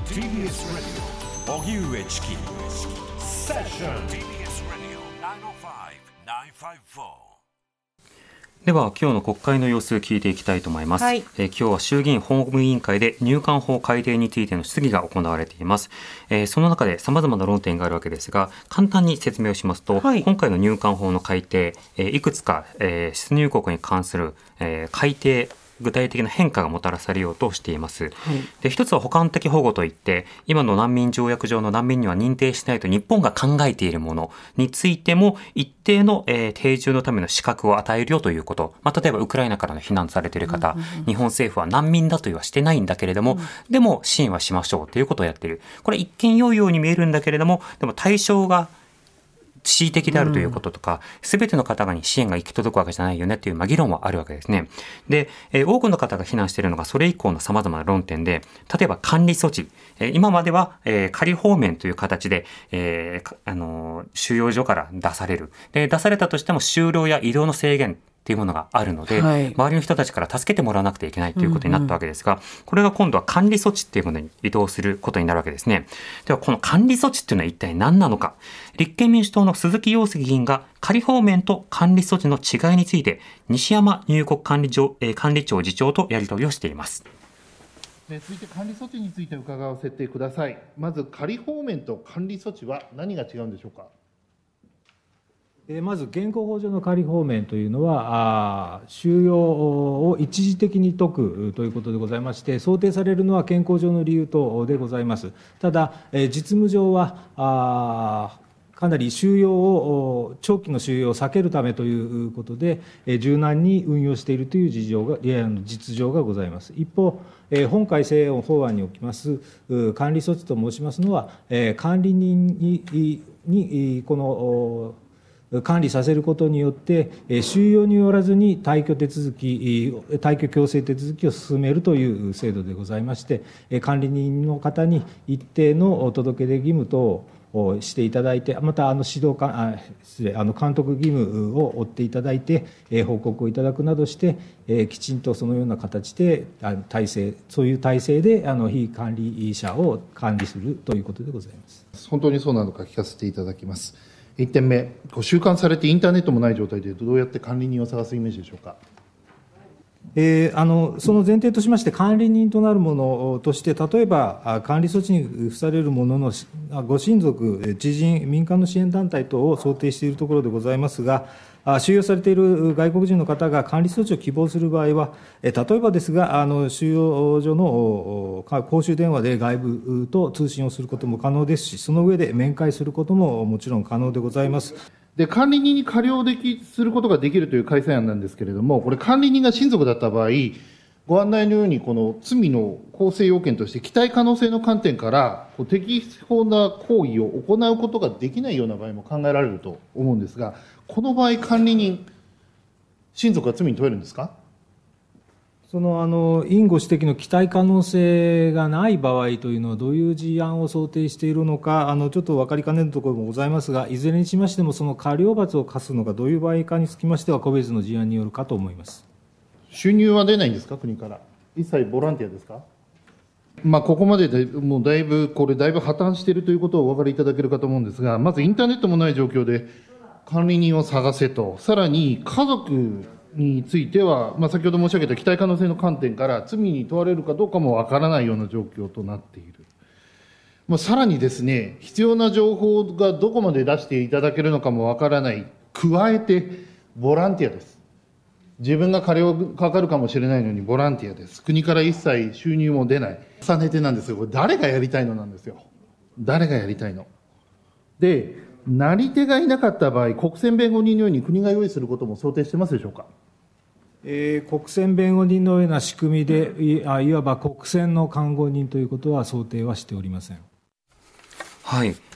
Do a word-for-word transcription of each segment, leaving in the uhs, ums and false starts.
ティービーエス Radio 荻上チキセッション ティービーエス Radio ナインオーファイブ ナインファイブフォー。 では今日の国会の様子を聞いていきたいと思います、はい。えー、今日は衆議院法務委員会で入管法改定についての質疑が行われています、えー、その中で様々な論点があるわけですが、簡単に説明をしますと、はい、今回の入管法の改定、えー、いくつか、えー、出入国に関する、えー、改定具体的な変化がもたらされようとしています、はい。で、一つは補完的保護といって、今の難民条約上の難民には認定しないと日本が考えているものについても一定の、えー、定住のための資格を与えるよということ、まあ、例えばウクライナからの避難されている方、うんうんうん、日本政府は難民だとはしてないんだけれども、うん、でも支援はしましょうということをやっている。これ一見良いように見えるんだけれども、でも対象が恣意的であるということとか、すべての方に支援が行き届くわけじゃないよねという、まあ、議論はあるわけですね。で、えー、多くの方が非難しているのがそれ以降の様々な論点で、例えば管理措置、えー、今までは、えー、仮放免という形で、えーあのー、収容所から出される。で、出されたとしても就労や移動の制限っていうものがあるので、はい、周りの人たちから助けてもらわなくてはいけないということになったわけですが、うんうん、これが今度は管理措置っていうものに移動することになるわけですね。ではこの管理措置っていうのは一体何なのか。立憲民主党の鈴木陽介議員が仮放免と管理措置の違いについて西山入国管理庁、えー、管理庁次長とやり取りをしています。 続いて管理措置について伺わせてください。まず仮放免と管理措置は何が違うんでしょうか。 まず現行法上の仮放免というのは、収容を一時的に解くということでございまして、想定されるのは健康上の理由等でございます。ただ、実務上は、かなり収容を、長期の収容を避けるためということで、柔軟に運用しているという事情が、実情がございます。一方、本改正法案におきます管理措置と申しますのは、管理人に、にこの、管理させることによって収容によらずに退去手続き、退去強制手続きを進めるという制度でございまして、管理人の方に一定の届け出義務等をしていただいて、またあの指導かあ失礼あの監督義務を負っていただいて、報告をいただくなどして、きちんとそのような形で体制、そういう体制であの非管理者を管理するということでございます。 本当にそうなのか聞かせていただきます。いってんめ、収監されてインターネットもない状態でどうやって管理人を探すイメージでしょうか。 えー、あのその前提としまして、管理人となるものとして、例えば管理措置に付されるもののご親族、知人、民間の支援団体等を想定しているところでございますが、収容されている外国人の方が管理措置を希望する場合は、例えばですが、あの収容所の公衆電話で外部と通信をすることも可能ですし、その上で面会することももちろん可能でございます。 で、管理人に過料できすることができるという改正案なんですけれども、これ、管理人が親族だった場合、ご案内のように、この罪の構成要件として、期待可能性の観点から、適法な行為を行うことができないような場合も考えられると思うんですが、この場合、管理人、親族は罪に問えるんですか。 そのあの委員ご指摘の期待可能性がない場合というのは、どういう事案を想定しているのか、あのちょっと分かりかねるところもございますが、いずれにしましても、その過料罰を課すのがどういう場合かにつきましては、個別の事案によるかと思います。 収入は出ないんですか、国から。一切ボランティアですか。まあ、ここまででもうだいぶ、これ、だいぶ破綻しているということをお分かりいただけるかと思うんですが、まずインターネットもない状況で、管理人を探せと、さらに家族については、まあ、先ほど申し上げた期待可能性の観点から、罪に問われるかどうかもわからないような状況となっている。まあ、さらにですね、必要な情報がどこまで出していただけるのかもわからない、加えて、ボランティアです。自分が過料かかるかもしれないのにボランティアです。国から一切収入も出ない。重ねてなんですよ。これ誰がやりたいのなんですよ。誰がやりたいの。で、なり手がいなかった場合、国選弁護人のように国が用意することも想定してますでしょうか。 えー、国選弁護人のような仕組みで、い, いわば国選の看護人ということは想定はしておりません。 はい。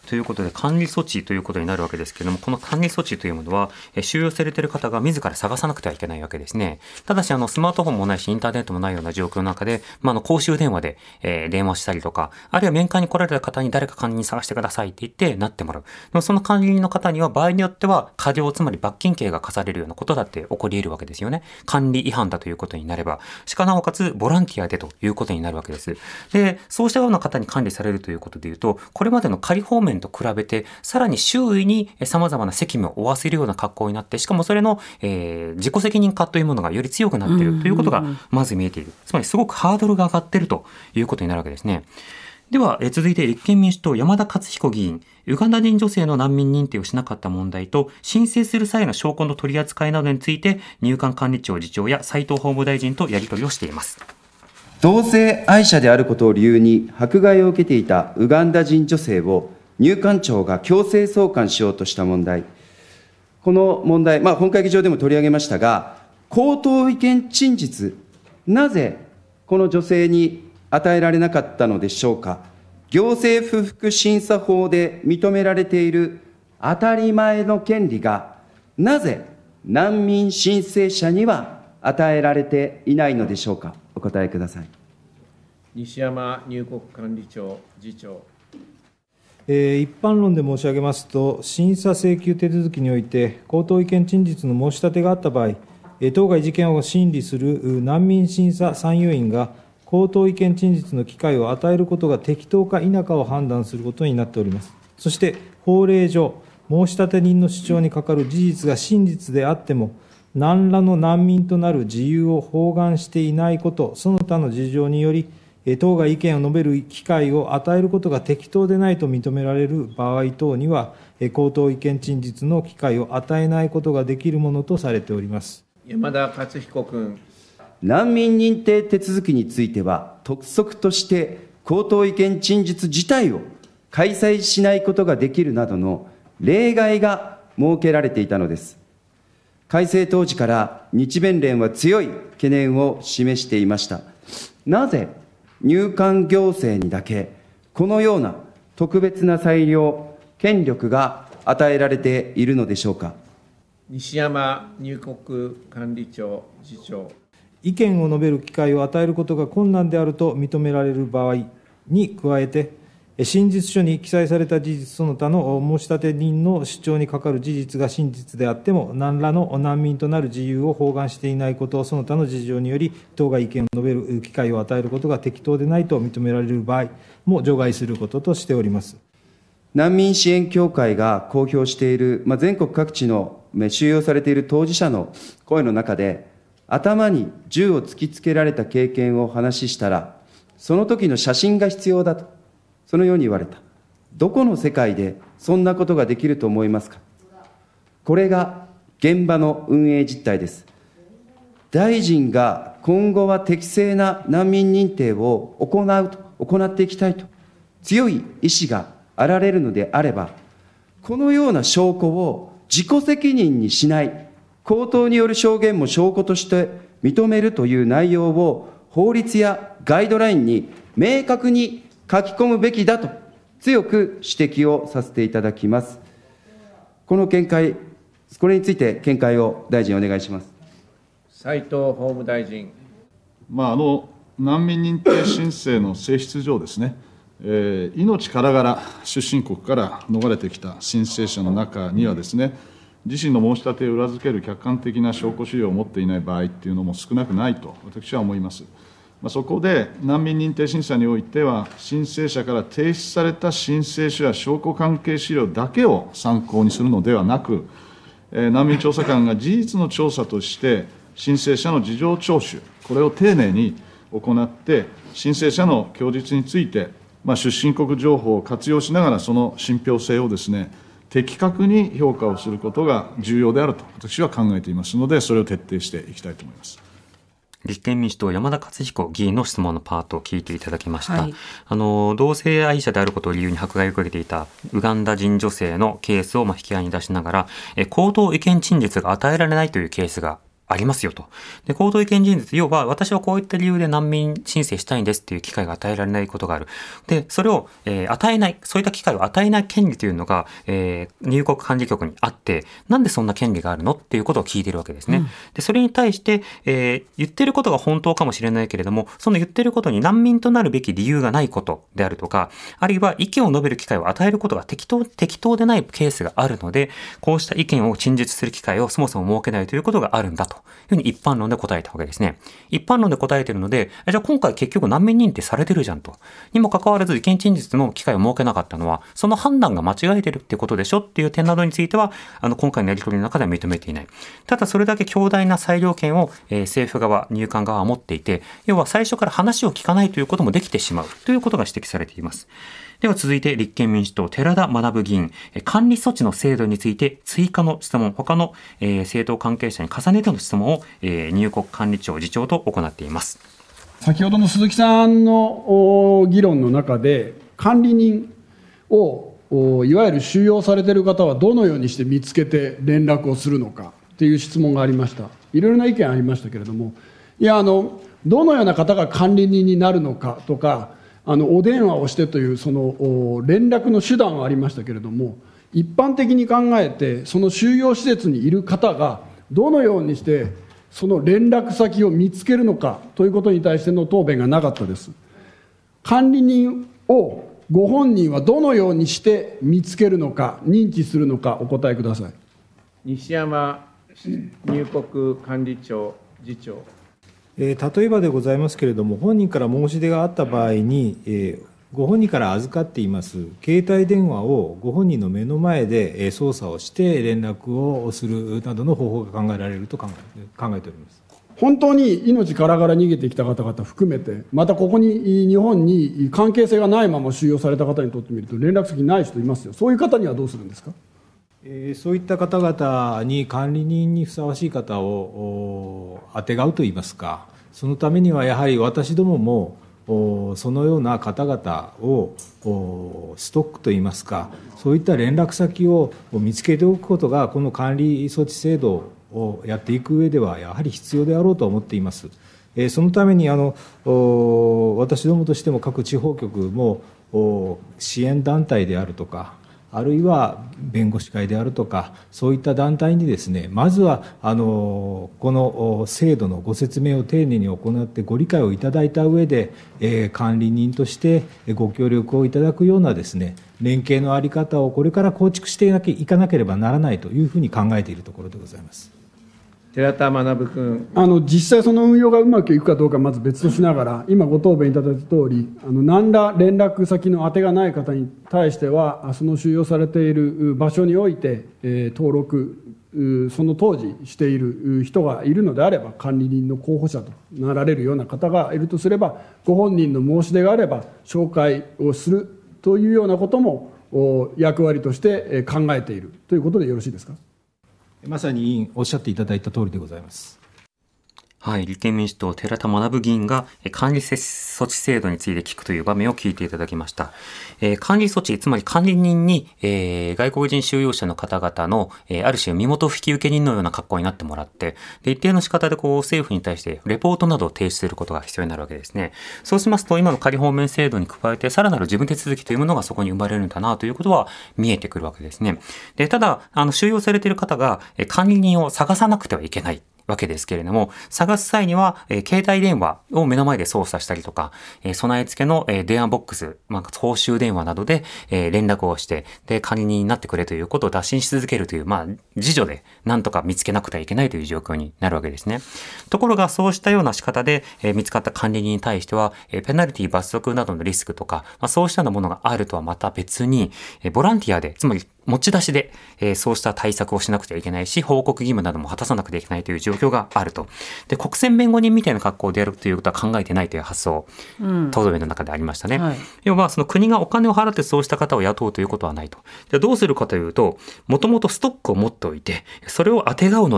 ということで管理措置ということになるわけですけれども、この管理措置というものは収容されている方が自ら探さなくてはいけないわけですね。ただしあのスマートフォンもないしインターネットもないような状況の中で、まあ、あの公衆電話で、えー、電話したりとか、あるいは面会に来られた方に誰か管理人探してくださいって言ってなってもらう。でもその管理人の方には場合によっては過料、つまり罰金刑が課されるようなことだって起こり得るわけですよね。管理違反だということになれば、しかなおかつボランティアでということになるわけです。で、そうしたような方に管理されるということでいうと、これまでの仮放免と比べてさらに周囲に様々な責務を負わせるような格好になって、しかもそれの、えー、自己責任化というものがより強くなっているということがまず見えている。つまりすごくハードルが上がっているということになるわけですね。では、えー、続いて立憲民主党山田勝彦議員、ウガンダ人女性の難民認定をしなかった問題と申請する際の証拠の取り扱いなどについて入管管理庁次長や斉藤法務大臣とやり取りをしています。 同性愛者であることを理由に迫害を受けていたウガンダ人女性を入管庁が強制送還しようとした問題。この問題、まあ、本会議場でも取り上げましたが、口頭意見陳述、なぜこの女性に与えられなかったのでしょうか。行政不服審査法で認められている当たり前の権利が、なぜ難民申請者には与えられていないのでしょうか。お答えください。 西山入国管理庁次長。 えー、一般論で申し上げますと、審査請求手続きにおいて、口頭意見陳述の申し立てがあった場合、えー、当該事件を審理する難民審査参与員が、口頭意見陳述の機会を与えることが適当か否かを判断することになっております。そして、法令上、申し立て人の主張にかかる事実が真実であっても、何らの難民となる事由を包含していないこと、その他の事情により、当該意見を述べる機会を与えることが適当でないと認められる場合等には、口頭意見陳述の機会を与えないことができるものとされております。 山田勝彦君。 難民認定手続きについては、督促として口頭意見陳述自体を開催しないことができるなどの例外が設けられていたのです。改正当時から日弁連は強い懸念を示していました。なぜ入管行政にだけこのような特別な裁量、権力が与えられているのでしょうか。 西山入国管理庁次長。 意見を述べる機会を与えることが困難であると認められる場合に加えて、真実書に記載された事実その他の申し立て人の主張にかかる事実が真実であっても、何らの難民となる事由を包含していないこと、その他の事情により、当該意見を述べる機会を与えることが適当でないと認められる場合も除外することとしております。 難民支援協会が公表している、まあ、全国各地の収容されている当事者の声の中で、頭に銃を突きつけられた経験を話したら、その時の写真が必要だと、そのように言われた。どこの世界でそんなことができると思いますか。これが現場の運営実態です。大臣が今後は適正な難民認定を行うと、行っていきたいと、強い意志があられるのであれば、このような証拠を自己責任にしない、口頭による証言も証拠として認めるという内容を法律やガイドラインに明確に書き込むべきだと強く指摘をさせていただきます。この見解、これについて見解を大臣お願いします。 斉藤法務大臣。 まあ、あの難民認定申請の性質上ですね、えー、命からがら出身国から逃れてきた申請者の中にはですね、自身の申し立てを裏付ける客観的な証拠資料を持っていない場合っていうのも少なくないと私は思います。まあ、そこで難民認定審査においては、申請者から提出された申請書や証拠関係資料だけを参考にするのではなく、えー、難民調査官が事実の調査として申請者の事情聴取、これを丁寧に行って、申請者の供述について、まあ、出身国情報を活用しながら、その信憑性をですね、的確に評価をすることが重要であると私は考えていますので、それを徹底していきたいと思います。 立憲民主党山田勝彦議員の質問のパートを聞いていただきました。 はい、 あの同性愛者であることを理由に迫害を受けていたウガンダ人女性のケースをまあ引き合いに出しながら、え口頭意見陳述が与えられないというケースがありますよと。で、口頭意見陳述、要は私はこういった理由で難民申請したいんですっていう機会が与えられないことがある。で、それを、えー、与えない、そういった機会を与えない権利というのが、えー、入国管理局にあって、なんでそんな権利があるのっていうことを聞いているわけですね。うん、で、それに対して、えー、言ってることが本当かもしれないけれども、その言ってることに難民となるべき理由がないことであるとか、あるいは意見を述べる機会を与えることが適当、適当でないケースがあるので、こうした意見を陳述する機会をそもそも設けないということがあるんだというふうに一般論で答えたわけですね。一般論で答えているので、じゃあ今回結局難民認定されてるじゃんと。にもかかわらず意見陳述の機会を設けなかったのは、その判断が間違えてるってことでしょっていう点などについては、あの今回のやり取りの中では認めていない。ただそれだけ強大な裁量権を、えー、政府側、入管側は持っていて、要は最初から話を聞かないということもできてしまうということが指摘されています。では続いて立憲民主党寺田学議員、管理措置の制度について追加の質問、他の、えー、政党関係者に重ねての質問を、えー、入国管理庁次長と行っています。 先ほどの鈴木さんの議論の中で、管理人をいわゆる収容されている方はどのようにして見つけて連絡をするのかという質問がありました。いろいろな意見ありましたけれども、いやあのどのような方が管理人になるのかとか、あのお電話をしてというその連絡の手段はありましたけれども、一般的に考えてその収容施設にいる方がどのようにしてその連絡先を見つけるのかということに対しての答弁がなかったです。管理人をご本人はどのようにして見つけるのか、認知するのか、お答えください。 西山入国管理庁次長。 えー、例えばでございますけれども、本人から申し出があった場合に、えー、ご本人から預かっています携帯電話をご本人の目の前で操作をして連絡をするなどの方法が考えられると考え、考えております。 本当に命からがら逃げてきた方々含めて、またここに日本に関係性がないまま収容された方にとってみると連絡先ない人いますよ。そういう方にはどうするんですか。 えー、そういった方々に管理人にふさわしい方をあてがうといいますか、そのためにはやはり私どももそのような方々をストックといいますか、そういった連絡先を見つけておくことがこの管理措置制度をやっていく上ではやはり必要であろうと思っています。えー、そのためにあの私どもとしても各地方局も支援団体であるとか、あるいは弁護士会であるとか、そういった団体にですね、まずはあのこの制度のご説明を丁寧に行ってご理解をいただいた上で、えー、管理人としてご協力をいただくようなですね、連携の在り方をこれから構築していかなければならないというふうに考えているところでございます。 寺田学君。 あの実際その運用がうまくいくかどうかまず別としながら、今ご答弁いただいた通り、あの何ら連絡先の当てがない方に対しては、その収容されている場所において、えー、登録その当時している人がいるのであれば、管理人の候補者となられるような方がいるとすれば、ご本人の申し出があれば紹介をするというようなことも役割として考えているということでよろしいですか。 まさに委員おっしゃっていただいた通りでございます。 はい、立憲民主党寺田学議員が管理措置制度について聞くという場面を聞いていただきました。えー、管理措置、つまり管理人に、えー、外国人収容者の方々の、えー、ある種身元引き受け人のような格好になってもらって、で一定の仕方でこう政府に対してレポートなどを提出することが必要になるわけですね。そうしますと今の仮放免制度に加えてさらなる事務手続きというものがそこに生まれるんだなということは見えてくるわけですね。でただあの収容されている方が管理人を探さなくてはいけないわけですけれども、探す際には、えー、携帯電話を目の前で操作したりとか、えー、備え付けの、えー、電話ボックス、まあ、公衆電話などで、えー、連絡をして、で、管理人になってくれということを打診し続けるという、まあ、自助でなんとか見つけなくてはいけないという状況になるわけですね。ところが、そうしたような仕方で、えー、見つかった管理人に対しては、えー、ペナルティ罰則などのリスクとか、まあ、そうしたようなものがあるとはまた別に、えー、ボランティアで、つまり持ち出しで、えー、そうした対策をしなくてはいけないし、報告義務なども果たさなくてはいけないという状況があると。で、国選弁護人みたいな格好でやるということは考えてないという発想、答弁の中でありましたね。はい、要は、その国がお金を払ってそうした方を雇うということはないと。じゃあどうするかというと、もともとストックを持っておいて、それをあてがうのだと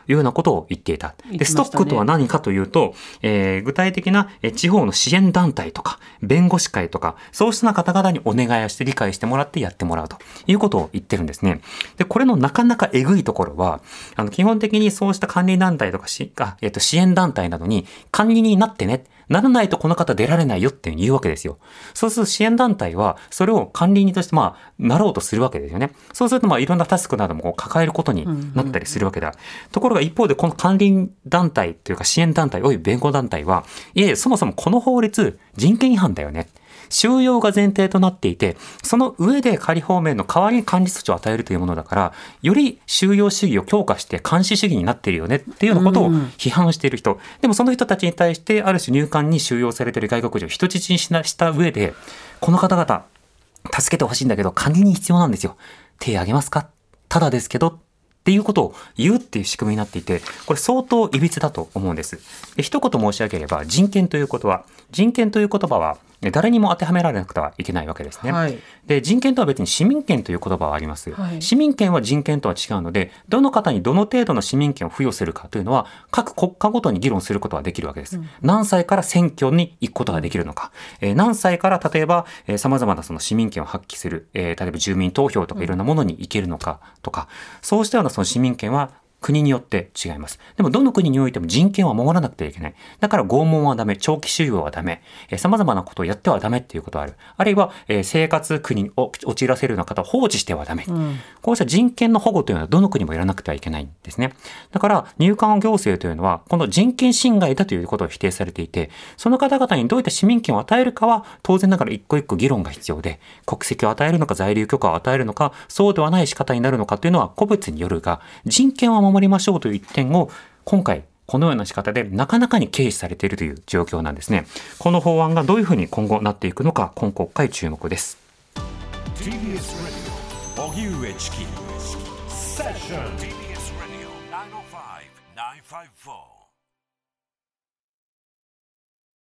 いうようなことを言っていた。で、ストックとは何かというと、えー、具体的な地方の支援団体とか、弁護士会とか、そうした方々にお願いをして理解してもらってやってもらうということを言ってるんですね。で、これのなかなかえぐいところは、あの、基本的にそうした管理団体とかし、あ、えっと、支援団体などに管理人になってね、ならないとこの方出られないよっていう言うわけですよ。そうすると支援団体はそれを管理人としてまあなろうとするわけですよね。そうするとまあいろんなタスクなどもこう抱えることになったりするわけだ。うんうん、ところが一方でこの管理団体というか支援団体および弁護団体は、いやいやそもそもこの法律人権違反だよね。収容が前提となっていて、その上で仮放免の代わりに管理措置を与えるというものだから、より収容主義を強化して監視主義になっているよねっていうようなことを批判している人。でもその人たちに対してある種入管に収容されている外国人を人質にした上で、この方々助けてほしいんだけど管理人必要なんですよ。手挙げますか？ただですけど。っていうことを言うっていう仕組みになっていて、これ相当いびつだと思うんです。で、一言申し上げれば、人権ということは、人権という言葉は誰にも当てはめられなくてはいけないわけですね。はい、で、人権とは別に市民権という言葉はあります。はい、市民権は人権とは違うので、どの方にどの程度の市民権を付与するかというのは、各国家ごとに議論することはできるわけです。うん、何歳から選挙に行くことができるのか、えー、何歳から例えば、えー、様々なその市民権を発揮する、えー、例えば住民投票とかいろんなものに行けるのかとか、そうしたようなその市民権は国によって違います。でもどの国においても人権は守らなくてはいけない。だから拷問はダメ、長期収容はダメ、えー、様々なことをやってはダメっていうことがある。あるいは、えー、生活苦に陥らせるような方を放置してはダメ、うん。こうした人権の保護というのはどの国もやらなくてはいけないんですね。だから入管行政というのはこの人権侵害だということを否定されていて、その方々にどういった市民権を与えるかは当然ながら一個一個議論が必要で、国籍を与えるのか在留許可を与えるのか、そうではない仕方になるのかというのは個別によるが、人権は守りましょうという点を今回このような仕方でなかなかに軽視されているという状況なんですね。この法案がどういうふうに今後なっていくのか、今国会注目です。 ティービーエス ラジオ荻上チキセッション ティービーエス ラジオきゅうまるご きゅうごよん